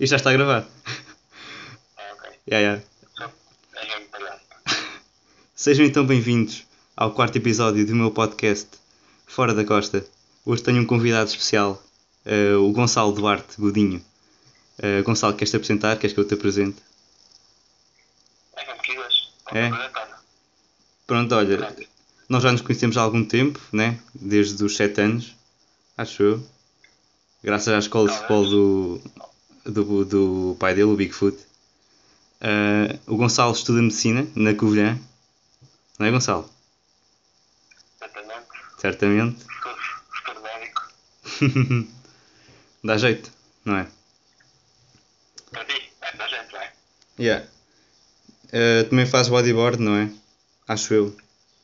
E já está a gravar. Ok. Yeah. Só é mesmo palhaço. Sejam então bem-vindos ao quarto episódio do meu podcast Fora da Costa. Hoje tenho um convidado especial, o Gonçalo Duarte Godinho. Gonçalo, queres-te apresentar? Queres que eu te apresente? É como quiseres. Pode É? apresentar. Pronto, olha, nós já nos conhecemos há algum tempo, né? Desde os 7 anos, acho eu. Graças à escola de futebol do pai dele, o Bigfoot. O Gonçalo estuda Medicina na Covilhã. Não é, Gonçalo? Exatamente. Certamente. Futuro médico. Dá jeito, não é? Para ti, é da gente, não é? Yeah. Também fazes bodyboard, não é? Acho eu.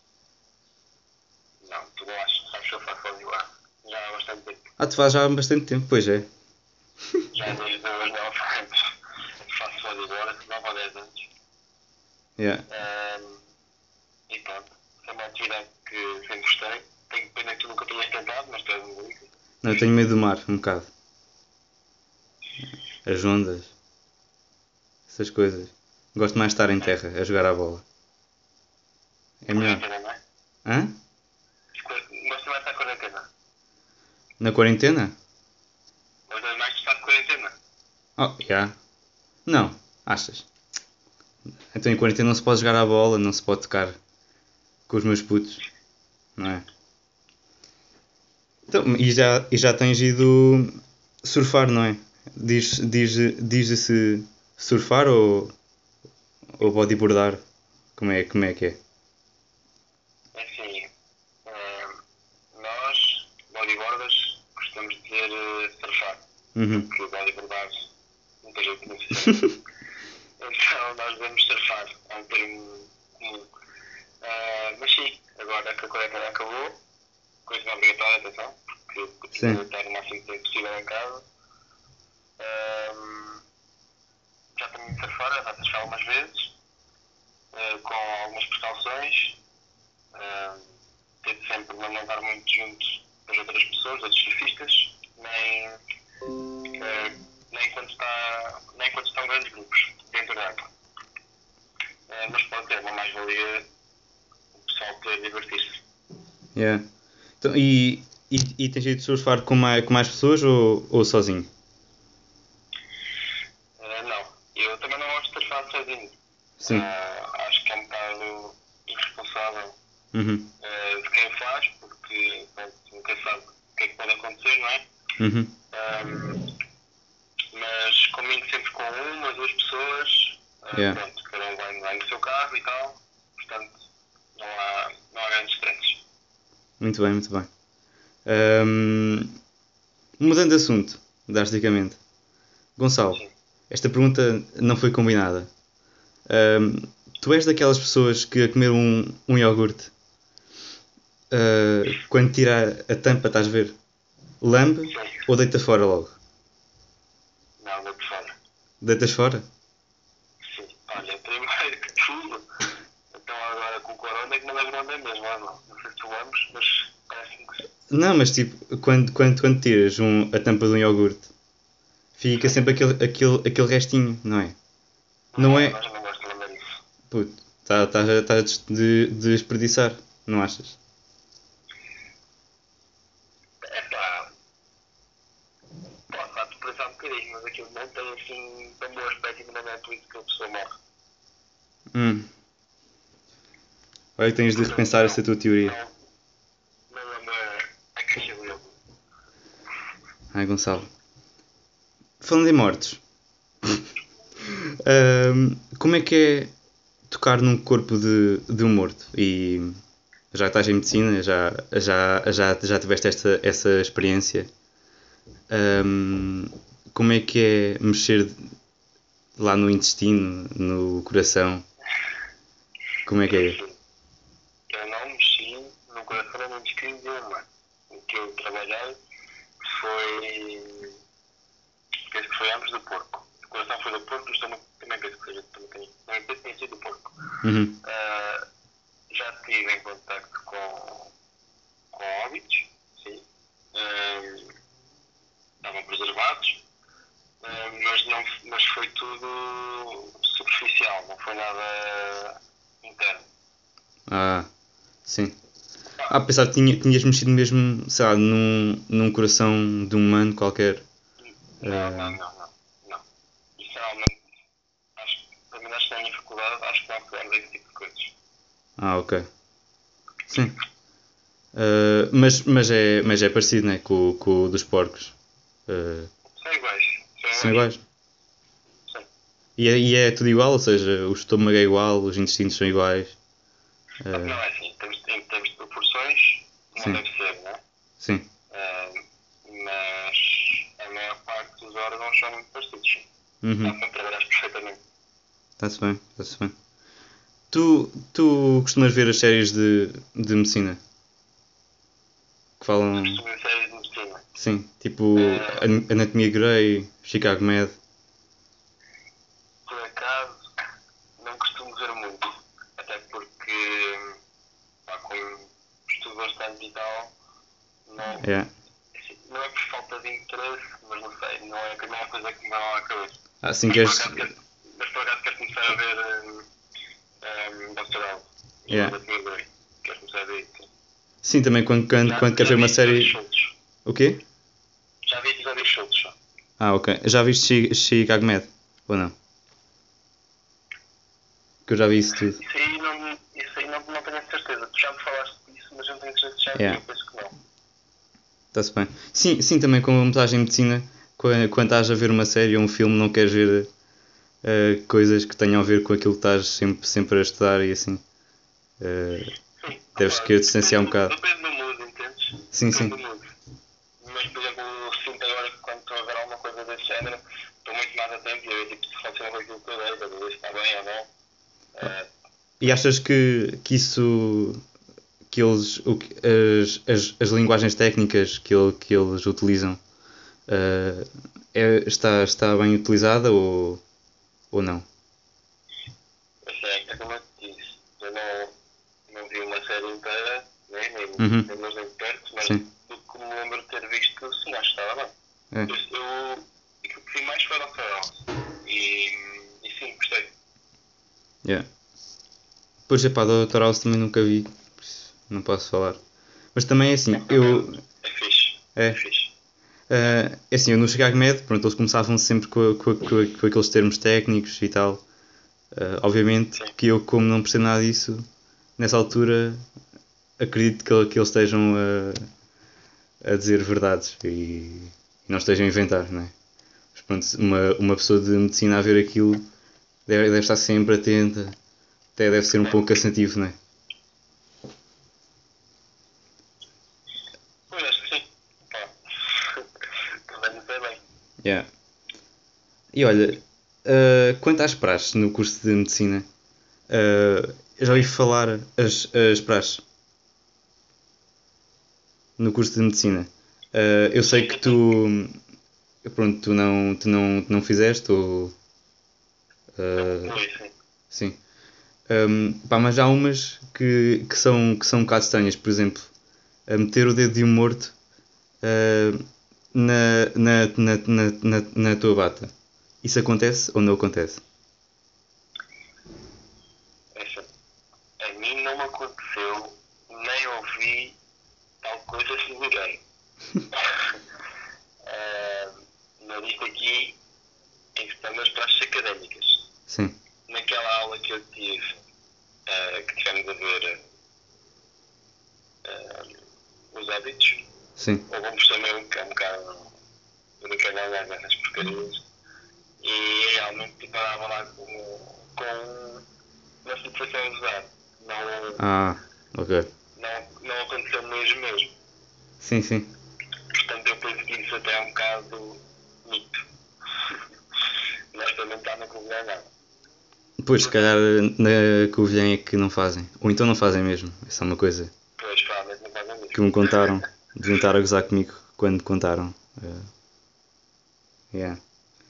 Não, tu não achas. Sabes que eu faço bodyboard. Já há bastante tempo. Tu fazes já há bastante tempo, pois é. Já desde os 9 anos faço bodyboard. 9 ou 10 anos. Yeah. E pronto. Foi uma atividade que sempre gostei. Tenho pena que tu nunca tenhas tentado, mas tu és um bonito. Não, eu tenho medo do mar, um bocado. As ondas. Essas coisas. Gosto mais de estar em terra, a jogar à bola. É melhor. Quarentena, não é? Hã? Gosto mais de estar quarentena. Na quarentena? Gostas mais de estar de quarentena. Oh, yeah. Não, achas? Então em quarentena não se pode jogar à bola, não se pode tocar com os meus putos, não é? Então, e já tens ido surfar, não é? Diz-se surfar ou bodyboardar? Como é que é? É assim, nós, bodyboarders, gostamos de dizer surfar, Uhum. porque bodyboardar muita gente não se Então nós devemos surfar, é um termo comum. Mas sim, agora que a quarentena acabou, coisa não obrigatória, atenção, porque continuo a Sim. estar o máximo tempo possível em casa. Ahm, já tenho ido surfar, já surfar algumas vezes, com algumas precauções. Ahm, Tento sempre não andar muito junto das outras pessoas, outros surfistas, nem quando estão grandes grupos dentro da água. Mas pode ter uma mais-valia o pessoal poder divertir-se. Yeah. Então, e tens ido surfar com mais pessoas ou sozinho? Não, eu também não gosto de surfar sozinho. Sim. Acho que é um bocado irresponsável Uhum. de quem faz, porque pronto, nunca sabe o que é que pode acontecer, não é? Uhum. Mas combino sempre com uma ou duas pessoas, Yeah. pronto, cada um vai no seu carro e tal, portanto não há grandes stresses. Muito bem, muito bem. Mudando de assunto, drasticamente. Gonçalo, Sim. esta pergunta não foi combinada. Tu és daquelas pessoas que a comer um iogurte, quando tira a tampa, estás a ver? Lambe Sim. ou deita fora logo? Não, não por fora. Deitas fora? Sim. Olha, primeiro que tudo, então agora com o corona é que me lembro onde é mesmo, não sei se tu lembras, mas parece-me que sim. Não, mas tipo, quando tiras a tampa de um iogurte, fica sempre aquele restinho, não é? Não é? Mas eu não gosto de lembrar isso. Puto, estás a desperdiçar, não achas? Epá, pode desprezar um bocadinho, mas aquilo não tem assim tão bom aspecto e não é por isso que a pessoa morre. Hum. Olha, tens de repensar essa tua teoria. Não lembra a caixa dele. Ai, Gonçalo. Falando em mortos, como é que é tocar num corpo de um morto? E já que estás em medicina, já tiveste essa experiência. Como é que é mexer lá no intestino, no coração? Como é que é? Enfim, eu não mexi no coração nem descrevi nenhuma. O que eu trabalhei foi. Penso que foi ambos do porco. O coração foi do porco e o estômago também penso que seja também penso que tenha sido do porco. Uhum. Já estive em contacto com óbitos, sim. Estavam preservados. mas foi tudo superficial, não foi nada interno. Ah, sim. Pensava que tinhas mexido mesmo, sei lá, num coração de um humano qualquer. Não. Isso realmente, pelo menos acho que na minha faculdade, acho que não fizemos esse tipo de coisas. Ok. Sim. Mas é parecido, né? Com o dos porcos. São iguais. São iguais. Sim. E é tudo igual, ou seja, o estômago é igual, os intestinos são iguais. Não é assim, em termos de proporções, não Sim. deve ser, não é? Sim. Mas a maior parte dos órgãos são muito parecidos, sim. Dá para trabalhar perfeitamente. Está-se bem, está-se bem. Tu costumas ver as séries de medicina? Que falam. Costumo ver séries de medicina. Sim, tipo Anatomia Grey, Chicago Med. Por acaso, não costumo ver muito. Até porque, como estudo bastante e tal, não, É. não é por falta de interesse, mas não sei, não é a primeira coisa que me vai lá à cabeça. Assim Mas por acaso quero começar a ver Dr. House. Yeah. Anatomia Grey. Quero começar a ver isso. Sim, também quando queres ver uma série. O quê? Já vi episódios soltos só. Ok. Já viste Chicago Med? Ou não? Que eu já vi isso tudo. Isso aí não tenho a certeza. Tu já me falaste disso, mas eu não tenho certeza se já vi. Yeah. Eu penso que não. Está-se bem. Sim, também como metade em medicina, quando estás a ver uma série ou um filme, não queres ver coisas que tenham a ver com aquilo que estás sempre a estudar e assim. Sim, Deves querer distanciar um bocado. depende do mood, entendes? Sim, Depende sim. do mood. Mas, por exemplo, eu sinto agora que quando estou a ver alguma coisa desse género, estou muito mais atento e eu tipo, se funciona com aquilo que eu dei, para ver se está bem ou não. E achas que isso. Que eles. As linguagens técnicas que eles utilizam está bem utilizada ou não? É como eu te disse, eu não vi uma série inteira, nem mesmo nem perto, mas Sim. do que me lembro de ter visto, sim, acho que estava bem. É. Aquilo que vi mais foi Dr. House. E sim, gostei. Yeah. Pois é, pá, do Dr. House também nunca vi, por isso não posso falar. Mas também é assim, É fixe. É. É fixe. É assim, eu no Chicago Med, pronto, eles começavam sempre com aqueles termos técnicos e tal. Obviamente Sim. que eu, como não percebo nada disso, nessa altura acredito que eles estejam a dizer verdades e não estejam a inventar, não é? Mas pronto, uma pessoa de medicina a ver aquilo deve estar sempre atenta, até deve ser um pouco cansativo, não é? Pois acho que sim. Pá. Também não sei bem. Yeah. E olha, quanto às praxes no curso de medicina, eu já ouvi falar as praxes no curso de medicina. Eu sei que pronto, tu não fizeste ou Sim. sim. Pá, mas há umas que são um bocado estranhas, por exemplo, a meter o dedo de um morto na tua bata. Isso acontece ou não acontece? Essa, a mim não me aconteceu, nem ouvi tal coisa se ninguém. Mas isto aqui em questão das praxes académicas. Sim. Naquela aula que eu tive, que tivemos a ver os hábitos, Sim. houve um professor meu que é um bocado brincadeira nessas porcarias e realmente tipo, parava lá com uma situação a usar. Ok. Não aconteceu mesmo. Sim, sim. Portanto, eu penso que isso até é um bocado mito. Nós também está na comunidade. Pois, se calhar na Covilhã é que não fazem. Ou então não fazem mesmo. Essa é uma coisa Pois, provavelmente não fazem isso. que me contaram. Deviam estar a gozar comigo quando contaram. Yeah.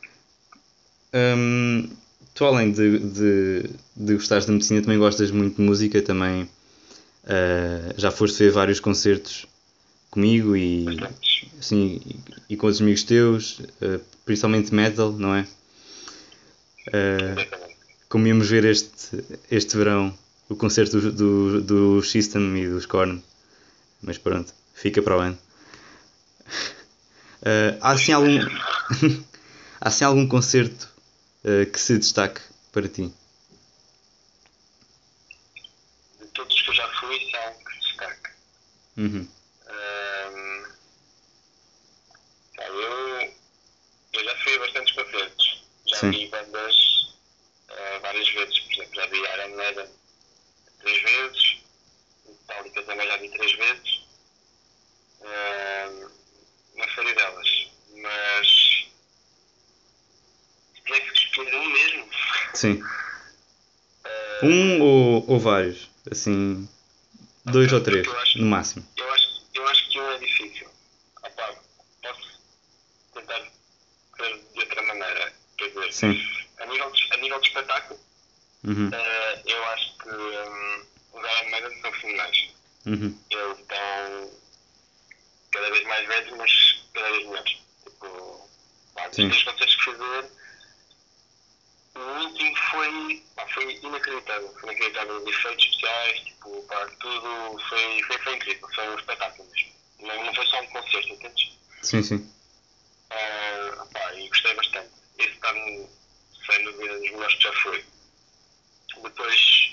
Tu, além de gostares de medicina, também gostas muito de música. Também já foste ver vários concertos comigo e, Bastantes. assim, e com os amigos teus, principalmente metal, não é? Exatamente. Como íamos ver este verão o concerto do System e dos Korn, mas pronto, fica para o ano. Há assim algum há assim algum concerto que se destaque para ti? De todos os que eu já fui, são que se destaque. Uhum. Pá, eu já fui a bastantes concertos. Já Sim. vi bandas várias vezes. Por exemplo, já vi Iron Maiden 3 vezes. Metallica também já vi 3 vezes. Uma série delas. Mas se tivesse que escolher um mesmo. Sim. Um ou vários? Assim, 2 ou 3, no máximo. Eu acho que um é difícil. Opa, posso tentar ver de outra maneira. Quer dizer, Sim. a nível de espetáculo, Uhum. eu acho que os Iron Maiden são fenomenais. Uhum. Eles estão cada vez mais velhos, mas cada vez melhores. Tipo, dos Sim. 3 concertos que fui ver, o último foi inacreditável. Foi inacreditável. Os efeitos especiais, tipo, tudo foi incrível. Foi um espetáculo mesmo. Não foi só um concerto, entendes? Sim, sim. E gostei bastante. Esse está, sem dúvida, dos melhores que já foi. Depois,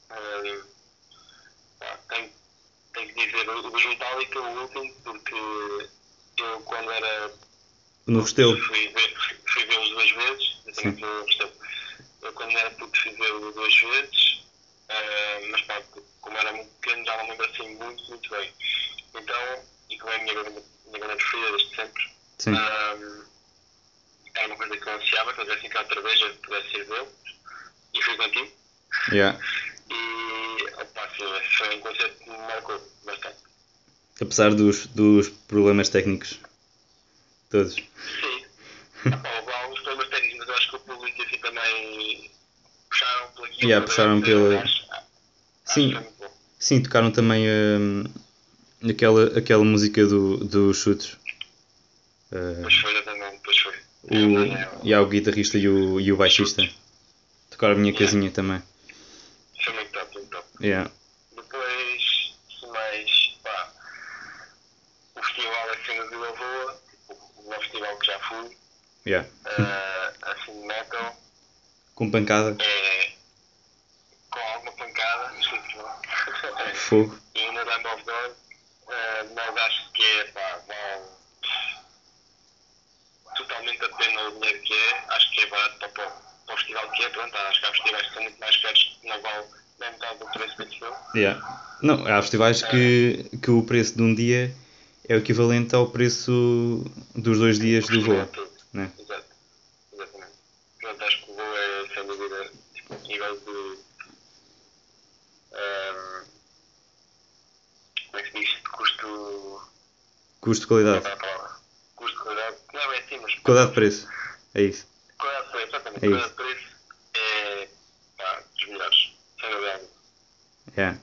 tenho que dizer o dos Metallica, o último, porque eu, quando era No Restelo. fui vê-los 2 vezes. Eu também fui ao Restelo. Eu, quando era puto, fui vê-los 2 vezes. Mas pá, como era muito pequeno, já não me lembro assim muito bem. Então, e como é a minha banda preferida desde sempre, Sim. era uma coisa que eu ansiava, que eu desse cá outra vez, eu pudesse ir vê-los. E fui contigo. Yeah. E foi um concerto que me marcou bastante. Apesar dos problemas técnicos todos. Sim. Houve alguns problemas técnicos, mas eu acho que o público assim também puxaram por aquilo. Yeah, puxaram pela... Acho que Sim, foi muito bom. sim, tocaram também aquela música dos chutes. Pois foi, exatamente, pois foi. O guitarrista e o baixista. Tocaram a minha casinha também. Foi muito top, muito top. Yeah. Depois, mais, o festival assim de Vila Voa, o meu festival que já fui, Yeah. assim de metal, Com pancada. com alguma pancada, desculpe, Fogo. e no Lamb of God, mas acho que vale totalmente a pena o dinheiro que é. Acho que é barato para o festival que é. Pronto, acho que há festivais que são muito mais caros, que não vale nem metade do preço desse filme. Yeah. Não, há festivais que o preço de um dia é o equivalente ao preço dos 2 dias do voo. Né? Exato, exatamente. Pronto, acho que o voo é, sem dúvida, tipo, nível de. Como é que se diz? De custo. Custo-qualidade. Custo-qualidade. Não, é assim, mas. Qualidade-preço. É isso. Qualidade-preço, exatamente. É isso. Qualidade-preço é. Dos melhores. Sem dúvida. Yeah.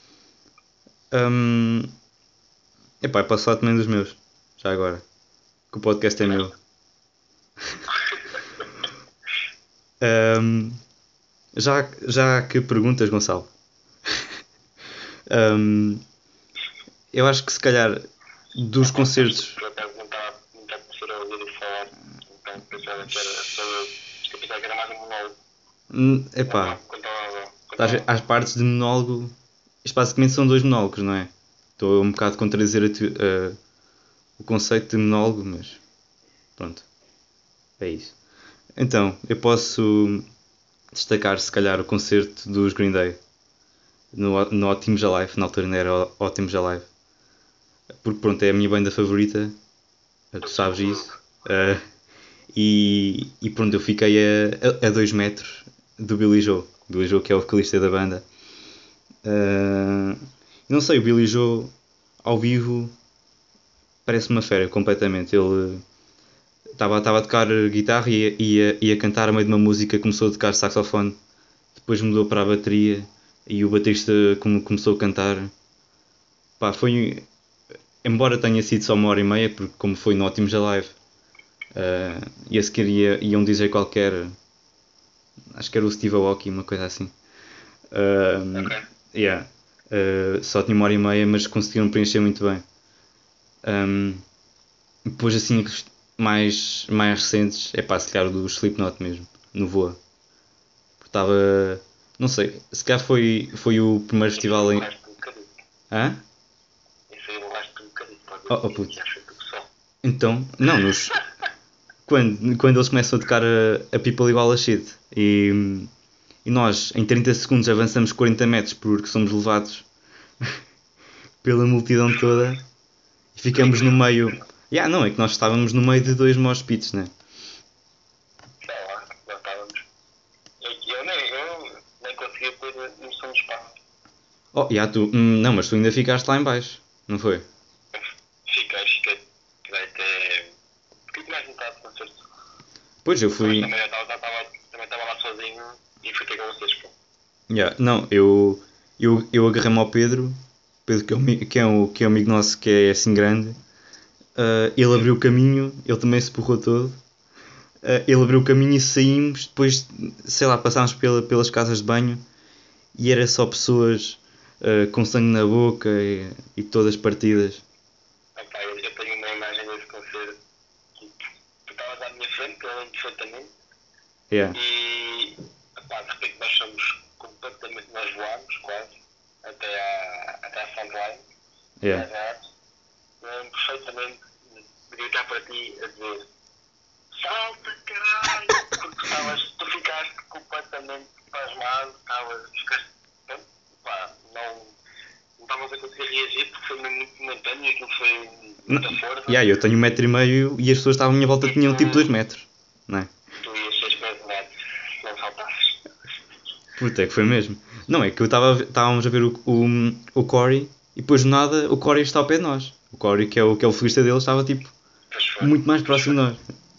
Epá, posso falar também dos meus. Já agora. Que o podcast é meu. Já que perguntas, Gonçalo. Eu acho que se calhar dos concertos. Por acaso não está a começar a ouvir falar. Então pensava que era só eu. Eu pensava que era mais um monólogo. Epá, Contava. às partes de monólogo. Isto basicamente são 2 monólogos, não é? Estou um bocado a contradizer o conceito de monólogo, mas pronto. É isso. Então, eu posso destacar se calhar o concerto dos Green Day no Optimus Alive, na altura não era Optimus Alive, porque pronto, é a minha banda favorita, tu sabes isso, e pronto, eu fiquei a 2 metros do Billy Joe, que é o vocalista da banda. Não sei, o Billy Joe ao vivo parece uma fera completamente. Ele estava a tocar guitarra e ia cantar a meio de uma música, começou a tocar saxofone, depois mudou para a bateria e o baterista começou a cantar. Pá, foi embora tenha sido só 1h30, porque como foi no Ótimos Alive, e a seguir ia um DJ qualquer, acho que era o Steve Aoki, uma coisa assim. Ok. Yeah. Só tinha 1h30, mas conseguiram preencher muito bem. Depois assim, mais recentes, é pá, se calhar o do Slipknot mesmo, no Voa. Porque estava, não sei, se calhar foi o primeiro Isso aí festival em... levaste um bocadinho. Hã? Isso aí levaste um bocadinho para ver Oh, o oh que puto. tinha feito o pessoal. Então, não, quando eles começam a tocar a People Igual a Shit e nós em 30 segundos avançamos 40 metros porque somos levados pela multidão toda e ficamos no meio. Não, é que nós estávamos no meio de dois mosh pits, né? Sei lá, nós estávamos. Eu nem conseguia ter noção de espaço. Oh, não, mas tu ainda ficaste lá em baixo, não foi? Fiquei. Vai até. Fiquei mais metade do concerto. Pois eu Mas fui. também eu estava lá sozinho e fui ter com vocês, pô. Não, eu agarrei-me ao Pedro, Pedro que é um amigo nosso que é assim grande. Ele abriu o caminho, ele também se borrou todo. Ele abriu o caminho e saímos. Depois, sei lá, passámos pelas casas de banho e era só pessoas com sangue na boca e todas partidas. Opa, eu tenho uma imagem desse concerto. Tu estavas à minha frente, eu lembro perfeitamente. Yeah, E opá, de repente nós somos completamente, nós voámos quase até à frontline, yeah. eu lembro perfeitamente de gritar para ti a dizer salta caralho, porque tu ficaste completamente pasmado, pronto, pá, não estavas a conseguir reagir porque foi mesmo muito momentâneo e aquilo foi Não, muita força eu tenho 1,5 m e as pessoas que estavam à minha volta e tinham tipo 2 metros, não é? tu ias 6 metros, não saltasses. Puta, é que foi mesmo. Não, é que estávamos a ver o Corey e depois do nada o Corey está ao pé de nós. O Corey, que é o florista dele, estava tipo muito mais próximo de nós.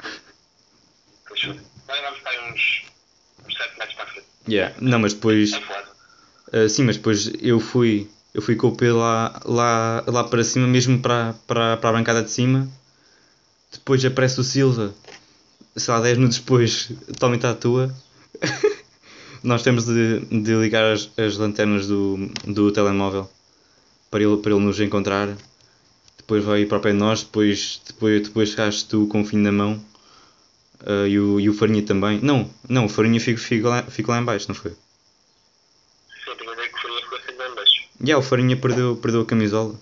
Pois foi. Nós vamos para aí uns 7 metros para a frente. Não, mas depois. É voado. Sim, mas depois eu fui com o Pedro lá para cima, mesmo para a bancada de cima. Depois aparece o Silva, sei lá, 10 minutos depois, totalmente à toa. Nós temos de ligar as lanternas do telemóvel para ele nos encontrar. Depois vai para o pé de nós, depois chegaste tu com o fim da mão. E o Farinha também. Não, o Farinha ficou lá em baixo, não foi? Sim, tenho a ver que o Farinha ficou assim bem baixo. O Farinha perdeu a camisola.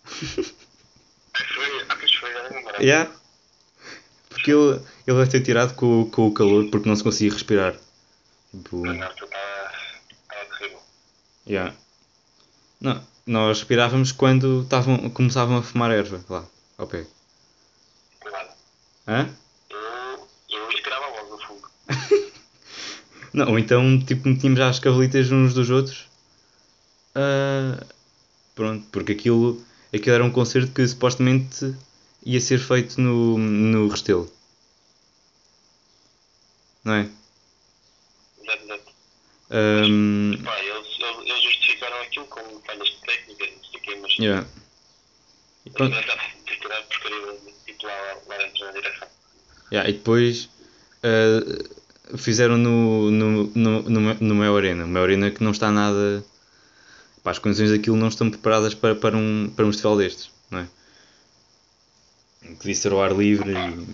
Pois foi, já nem lembrava. Yeah, porque ele vai ter tirado com o calor porque não se conseguia respirar. Tipo, Mas não, tu estava terrível. yeah. Não, nós respirávamos quando começavam a fumar erva lá, ao pé. Cuidado. Hã? Eu inspirava logo no fundo. Não, ou então tipo metíamos já as cavalitas uns dos outros. Ah, pronto, porque aquilo era um concerto que supostamente ia ser feito no Restelo. Não é? Exato. Ahm, Pá, eles justificaram aquilo com falhas técnicas, não sei o quê, mas yeah. E eles pronto. devem ter tirado porcaria de tipo lá dentro na direção. E depois fizeram no Mel Arena. O Mel Arena que não está nada. Pá, as condições daquilo não estão preparadas para um festival destes, não é? Que devia ser ao ar livre Opa, e.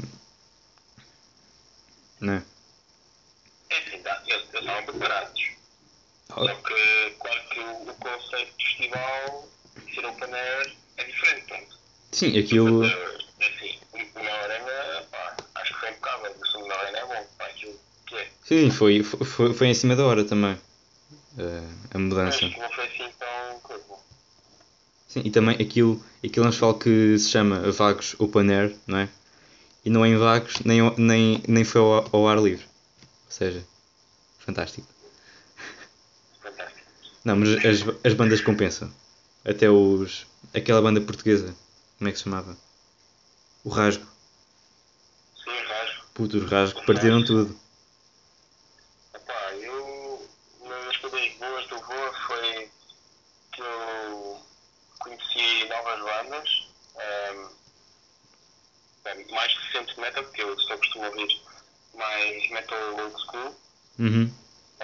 Não é? é assim, eles estavam preparados. Oh, Só que, claro que o conceito de festival de ser open air é diferente, pronto. sim, aquilo. Assim, o Mel Arena, pá, acho que foi impecável. O som do Mel Arena é bom, pá, aquilo que é. Sim, foi em cima da hora também. A Mas mudança. não foi assim tão coisa. Sim, e também aquilo é um festival que se chama Vagos Open Air, não é? E não é em Vagos, nem foi ao ar livre. Ou seja, fantástico. Fantástico. Não, mas as bandas compensam. Até aquela banda portuguesa, como é que se chamava? O Rasgo. Sim, rasgo. Puto, os Rasgo partiram tudo. Epá, uma das coisas boas do Voa foi que eu conheci novas bandas, mais recente metal, porque eu só costumo ouvir mais metal old school. Uhum.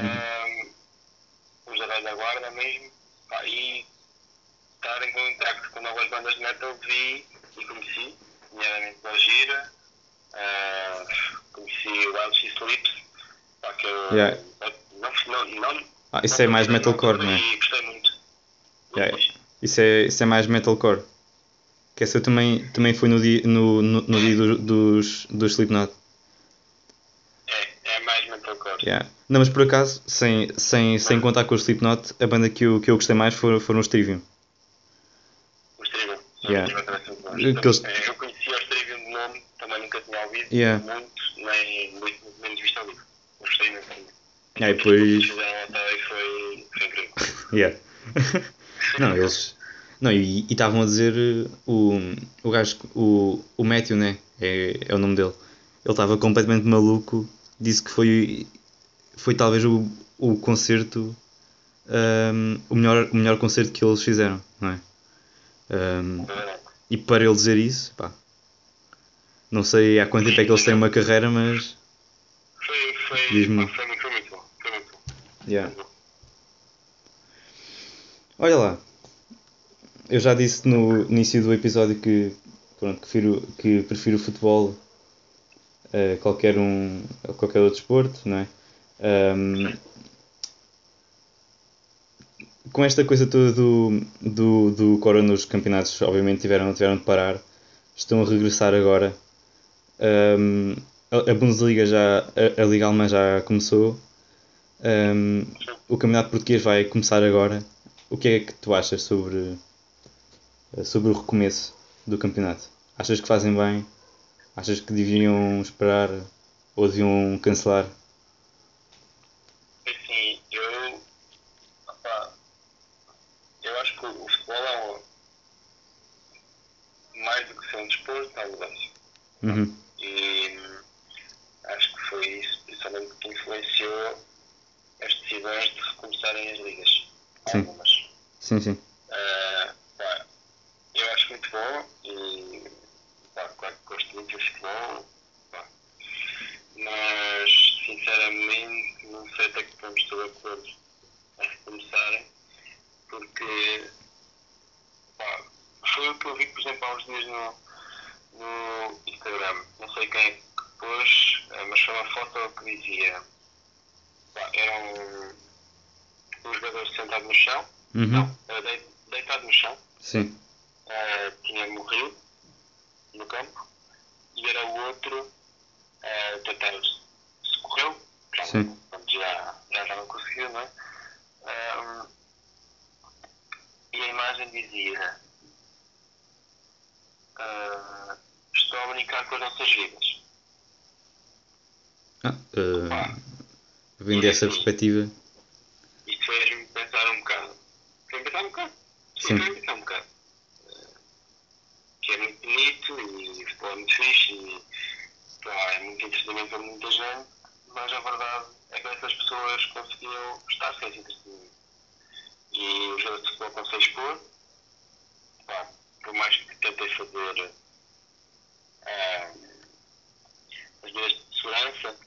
Os da velha guarda mesmo. Pá, e estar em contacto com novas bandas de metal vi e conheci, nomeadamente da Gira, conheci o Alice Sleeps, pá, que eu Yeah. não Isso é mais conheci na metalcore, altura não é? e gostei muito. Yeah. Isso é mais metalcore. Que essa eu também fui no dia, no dia dos Slipknot. É mais metalcore. Yeah. Não, mas por acaso, sem contar com os Slipknot, a banda que eu gostei mais foram os Trivium. Os Trivium. Yeah. Eu conhecia os Trivium de nome, também nunca tinha ouvido muito, nem muito menos visto ao vivo. Gostei muito também. E depois... fizeram até foi incrível. Yeah. Não, eles... Não, e estavam a dizer o gajo, o Matthew, né? É o nome dele. Ele estava completamente maluco. Disse que foi talvez o concerto, o melhor concerto que eles fizeram, não é? E para ele dizer isso, pá, não sei há quanto tempo é que eles têm uma carreira, mas diz-me. Foi muito bom. Yeah. Olha lá, eu já disse no início do episódio que, pronto, que prefiro o futebol a qualquer outro desporto, não é? Com esta coisa toda do corona, os campeonatos obviamente tiveram de parar, estão a regressar agora. A Bundesliga a Liga Alemã já começou. O campeonato português vai começar agora. O que é que tu achas sobre o recomeço do campeonato? Achas que fazem bem? Achas que deviam esperar ou deviam cancelar? Assim, eu acho que o futebol é mais do que ser um desporto, é um negócio. Uhum. E acho que foi isso, principalmente, que influenciou as decisões de recomeçarem as ligas. Sim. Algumas. Sim. Eu acho muito bom e claro que gosto muito de futebol, mas sinceramente não sei até que ponto estou de acordo a recomeçarem, porque foi o que eu vi, por exemplo, há uns dias no Instagram, não sei quem é que pôs, mas foi uma foto que dizia, era um jogador sentado no chão, não, era deitado no chão. Sim. Tinha morrido no campo e era o outro tentar socorrê-lo, já não conseguiu, não é? E a imagem dizia estou a brincar com as nossas vidas. Vendo dessa perspectiva. Isto fez-me pensar um bocado. Sim. Que é muito bonito e o futebol é muito fixe e é muito entretenimento para muita gente, mas a verdade é que essas pessoas conseguiam estar sem esse entretenimento. E os jogadores de futebol estão sem expor, por mais que tentem fazer as medidas de segurança,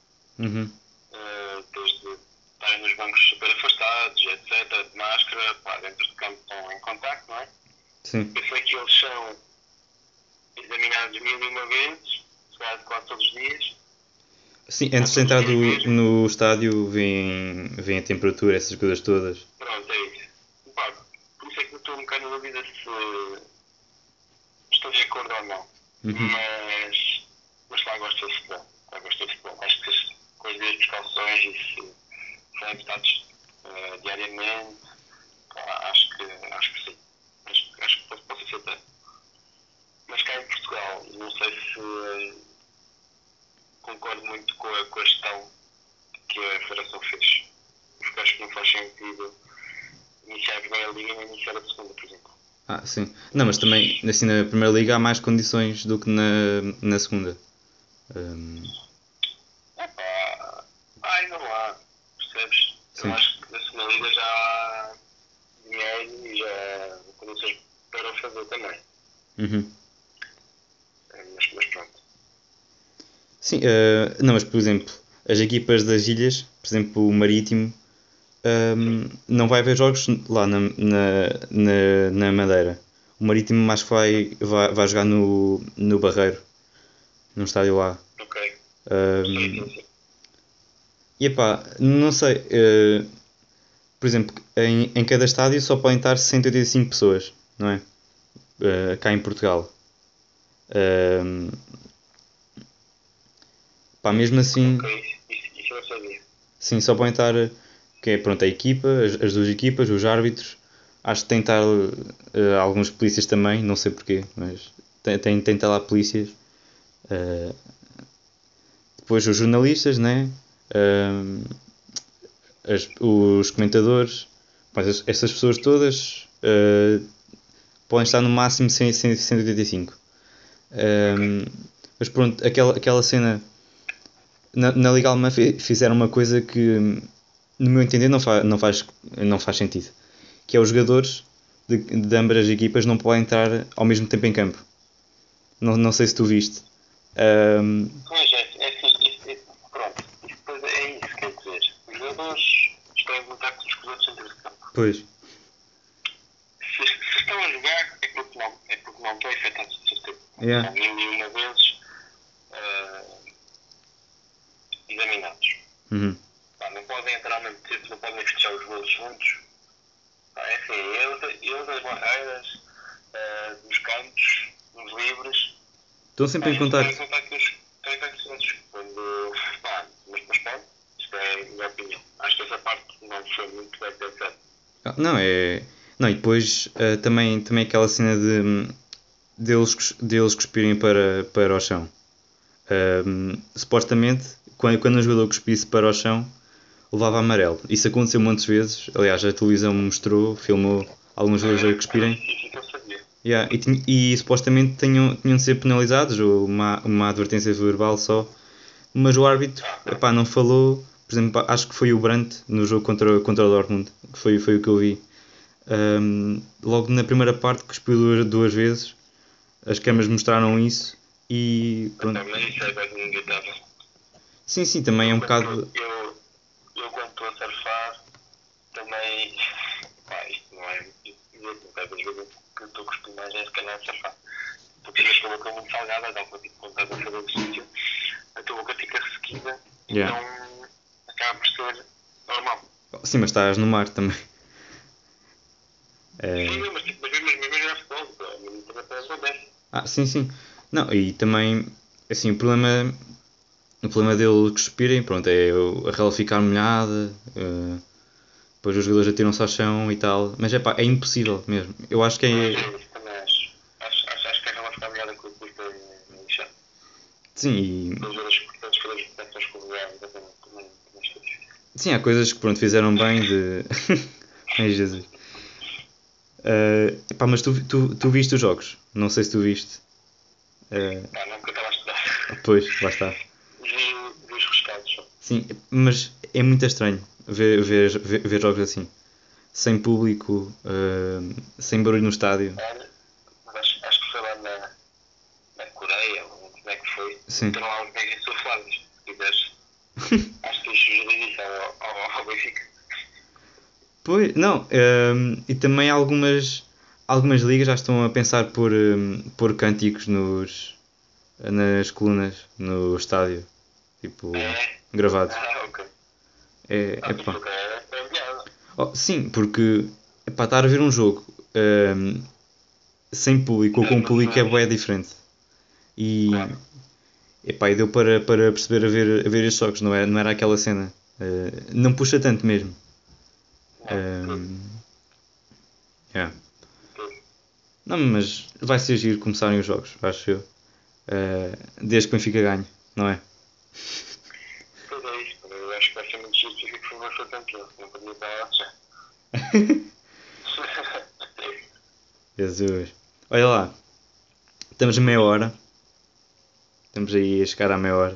desde estarem nos bancos super afastados, etc., de máscara, dentro do campo estão em contacto, não é? Sim. Eu sei que eles são examinados 1001 vezes, quase todos os dias. Sim, antes de entrar no estádio vem a temperatura, essas coisas todas. Pronto, é isso. Por isso é que eu estou um bocado na dúvida se estou de acordo ou não. Mas gosto de futebol. Acho que com as devidas precauções e se forem testados diariamente, acho que sim. Acho que posso aceitar. Mas cá em Portugal, não sei se concordo muito com a gestão que a Federação fez. Porque acho que não faz sentido iniciar a primeira liga nem iniciar a segunda, por exemplo. Sim. Não, mas também assim, na primeira liga há mais condições do que na segunda. Ainda não há, percebes? Sim. Eu acho que na segunda liga já há dinheiro e já há condições para o fazer também. Mas pronto. Sim, não, mas por exemplo, as equipas das ilhas, por exemplo, o Marítimo, não vai haver jogos lá na Madeira. O Marítimo mais que vai jogar no Barreiro, num estádio lá. Ok. Um, Sim. e epá, não sei, por exemplo, em cada estádio só podem estar 185 pessoas, não é? Cá em Portugal. Um, pá, mesmo assim, Ok, isso eu não sabia. sim, só podem estar, que é, pronto, a equipa, as duas equipas, os árbitros, acho que tem que estar alguns polícias também, não sei porquê, mas tem que estar lá polícias. Uh, depois os jornalistas, né? Uh, os comentadores, mas essas pessoas todas podem estar no máximo 185. Ok. Mas pronto, aquela cena na Liga Alemã fizeram uma coisa que, no meu entender, não faz sentido. Que é os jogadores de ambas as equipas não podem entrar ao mesmo tempo em campo. Não sei se tu viste. Pois pronto, isso depois é isso, quer dizer, os jogadores estão em contato com os outros dentro de campo. Pois. Se estão a jogar é porque não estão infectados de certeza. Yeah. São mil e uma vezes examinados. Uhum. Não podem entrar ao mesmo tempo, não podem fechar os golos juntos. É assim, eles as barreiras dos cantos, dos livres, Estão sempre em eles estão em contacto. contato com os outros. Mas pronto, isto é a minha opinião. Acho que essa parte não foi muito bem pensada. Não, é. Não, e depois também aquela cena deles cuspirem para o chão. Supostamente, quando um jogador cuspisse para o chão, levava amarelo. Isso aconteceu muitas vezes. Aliás, a televisão mostrou, filmou alguns jogadores a cuspirem. Isso eu sabia. Yeah, e supostamente tinham de ser penalizados, ou uma advertência verbal só. Mas o árbitro epá, não falou. Por exemplo, acho que foi o Brandt no jogo contra o Dortmund, que foi o que eu vi. Logo na primeira parte, cuspiu duas vezes. As câmaras mostraram isso. E pronto. Mas isso é bem inevitável. Sim, também é um bocado. Eu quando estou a surfar, também. Isto não é. Às vezes que eu estou com os pulmões é se calhar a surfar. Porque ficas com a boca muito salgada, dá para tipo quando estás a fazer exercício, a tua boca fica ressequida, Yeah. então acaba por ser normal. Sim, mas estás no mar também. Sim, mas mesmo é futebol, também acontece. Sim. Não, e também, assim, o problema dele cuspirem, pronto, é a relva ficar molhada, depois os jogadores atiram-se ao chão e tal, mas é impossível mesmo. Eu acho que Mas é. é isso, também acho. Acho que a relação familiar com o custo é lixado. Sim, As horas importantes para as proteções familiares, também estou difícil. sim, há coisas que pronto, fizeram bem de. Ai Jesus. Mas tu viste os jogos? Não sei se tu viste. Não, porque eu estava a estudar. Pois, lá está. Vi os rescaldos só. Sim, mas é muito estranho ver jogos assim. Sem público, sem barulho no estádio. Olha, mas acho que foi lá na Coreia, ou onde é que foi, Sim. meteram lá uns mega insufláveis, se quiseres. Acho que eu sugeri isso ao Benfica. Pois, não, e também algumas ligas já estão a pensar pôr cânticos nas colunas no estádio, tipo, gravados. Ok. Mas Epá. porque é enviado. Oh, sim, porque estar a ver um jogo sem público ou com público é bué diferente. E, Claro. e deu para perceber a ver estes jogos, não era aquela cena. Não puxa tanto mesmo. Yeah. Não, mas vai ser giro começarem os jogos, acho eu. Desde que o Benfica ganhe, não é? Pois é isso, eu acho que vai ser muito justo que foi uma foi campeão, não podia estar lá já. Jesus. Olha lá, estamos a meia hora. Estamos aí a chegar à meia hora.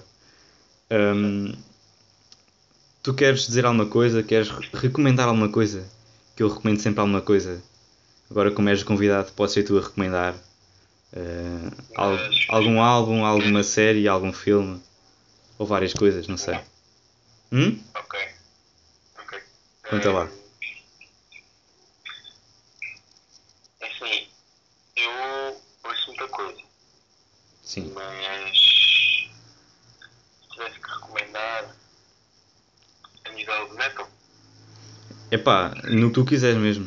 Tu queres dizer alguma coisa? Queres recomendar alguma coisa? Que eu recomendo sempre alguma coisa. Agora, como és convidado, podes ser tu a recomendar algum álbum, alguma série, algum filme. Ou várias coisas, não sei. Ok. Conta lá. Assim, eu ouço muita coisa, Sim. mas se tivesse que recomendar a nível de metal, Epá, no que tu quiseres mesmo.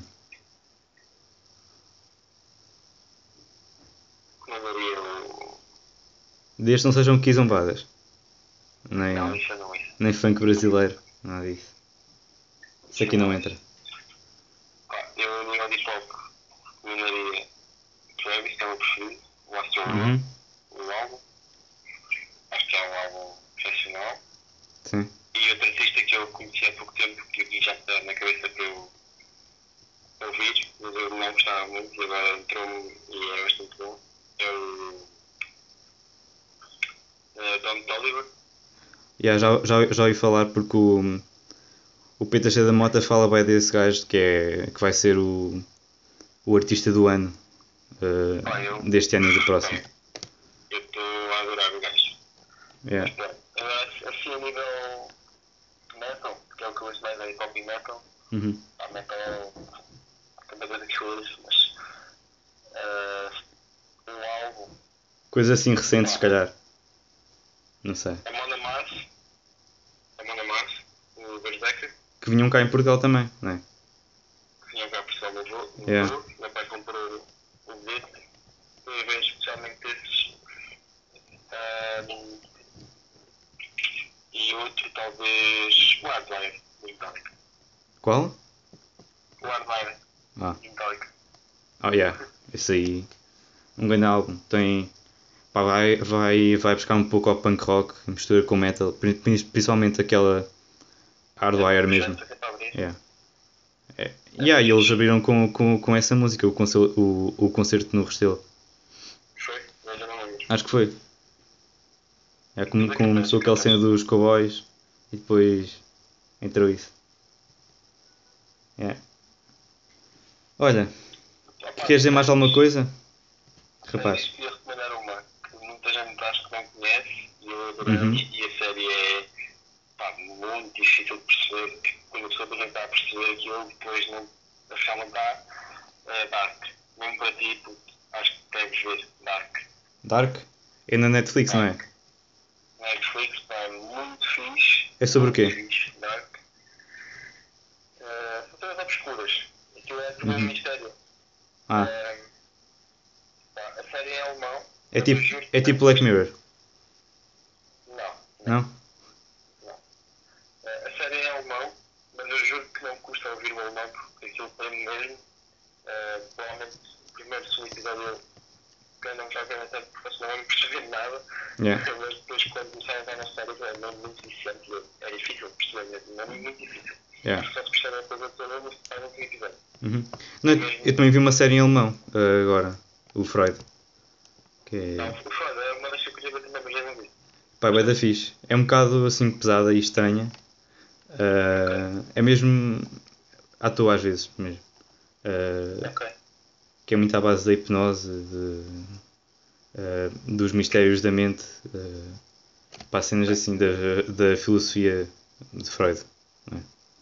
recomendaria o. Desde que não sejam quizombadas. Não, Nem, isso eu não ouço. nem funk brasileiro. Nada disso. Isso aqui não entra. Eu a nível de hip hop recomendaria Travis, que é o meu preferido, o Astro Uhum. o álbum. Acho que é um álbum excepcional. Sim. E outro artista que eu conheci há pouco tempo, que eu já está na cabeça para eu ouvir, mas eu não gostava muito e agora entrou-me e é bastante bom, é o Don Toliver. Yeah, já ouvi falar porque o Peter C. da Mota fala bem desse gajo que vai ser o artista do ano deste ano e do próximo. Eu estou a adorar o gajo. Yeah. Mas pronto, agora assim a nível metal, que é o que eu ouço mais, é hip hop e metal. Uhum. Há metal, tanta coisa que eu ouço, mas um álbum, Coisas assim recentes, se calhar. Não sei. Amon Amarth, o Berserker, Que vinham cá em Portugal também, não é? que vinha cá a Portugal levou, Yeah. meu pai comprou o bilhete, fui ver especialmente esses. E outro talvez o Hardwire, do Metallica. Qual? O Hardwire, Ah, do Metallica. yeah. Esse aí. Um grande álbum. Tem. Pá, vai buscar um pouco ao punk rock, mistura com metal, principalmente aquela Hardwire mesmo. Yeah. Yeah, e eles abriram com essa música, o concerto no Restelo. Foi? Mas eu não lembro. Acho que foi. É, começou aquela cena dos cowboys e depois entrou isso. Yeah. Olha, queres dizer mais alguma coisa? Rapaz. Queria recomendar uma que muita gente acho que não conhece e eu adorei. Uhum. E a série é muito difícil de perceber. Quando a pessoa tentar a perceber aquilo, depois não, afinal não está. É Dark. Mesmo para ti, acho que deves ver Dark. Dark? É na Netflix, não é? Netflix está muito fixe. É sobre o quê? Muito fixe, Dark. São todas obscuras. Aquilo é tudo um mistério. Ah, A série é alemão. é tipo Black Mirror. Não. Não? A série é alemão, mas eu juro que não custa ouvir o alemão porque aquilo para mim mesmo. Provavelmente o primeiro e segundo episódio que eu não já quero tanto porque senão eu não percebi nada. Yeah. Mas depois quando começaram a entrar na série é mesmo muito viciante. É difícil de perceber mesmo, é muito difícil. Yeah. Só se percebe a coisa toda no final do episódio. Uhum. Não, eu também vi uma série em alemão agora, o Freud. Que Não, é. o Freud é uma das que eu queria ver também, mas já não vi. Pá, é da fixe. É um bocado assim pesada e estranha. É mesmo à toa às vezes mesmo. Ok. Que é muito à base da hipnose, dos mistérios da mente, para cenas assim da filosofia de Freud. Não é?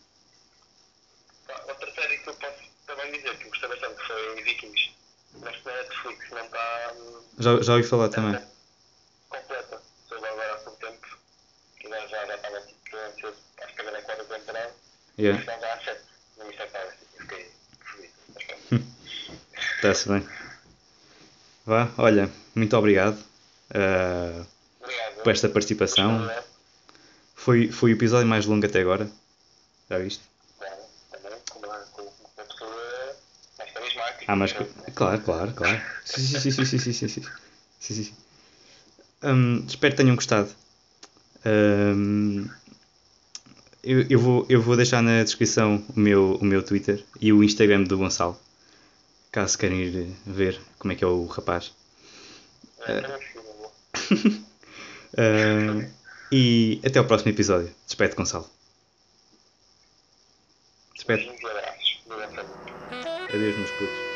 Outra série que eu posso também dizer que gostei bastante foi Vikings. Mas na Netflix não está Já ouvi falar também. completa. Soube agora há pouco tempo. Que já estava tipo ansioso. Acho que agora é a quarta temporada. Yeah. Mas não já há 7. Não me estava. Fiquei feliz. Mas pronto. Está-se bem. Vá, olha, muito obrigado Obrigado. por esta participação. Foi o episódio mais longo até agora. Já viste? Claro, também com uma pessoa mais carismática. Ah, mas claro. Sim. Espero que tenham gostado. Eu vou deixar na descrição o meu Twitter e o Instagram do Gonçalo, caso queiram ir ver como é que é o rapaz. E até ao próximo episódio. Despede, Gonçalo. Despede. Adeus, meus putos.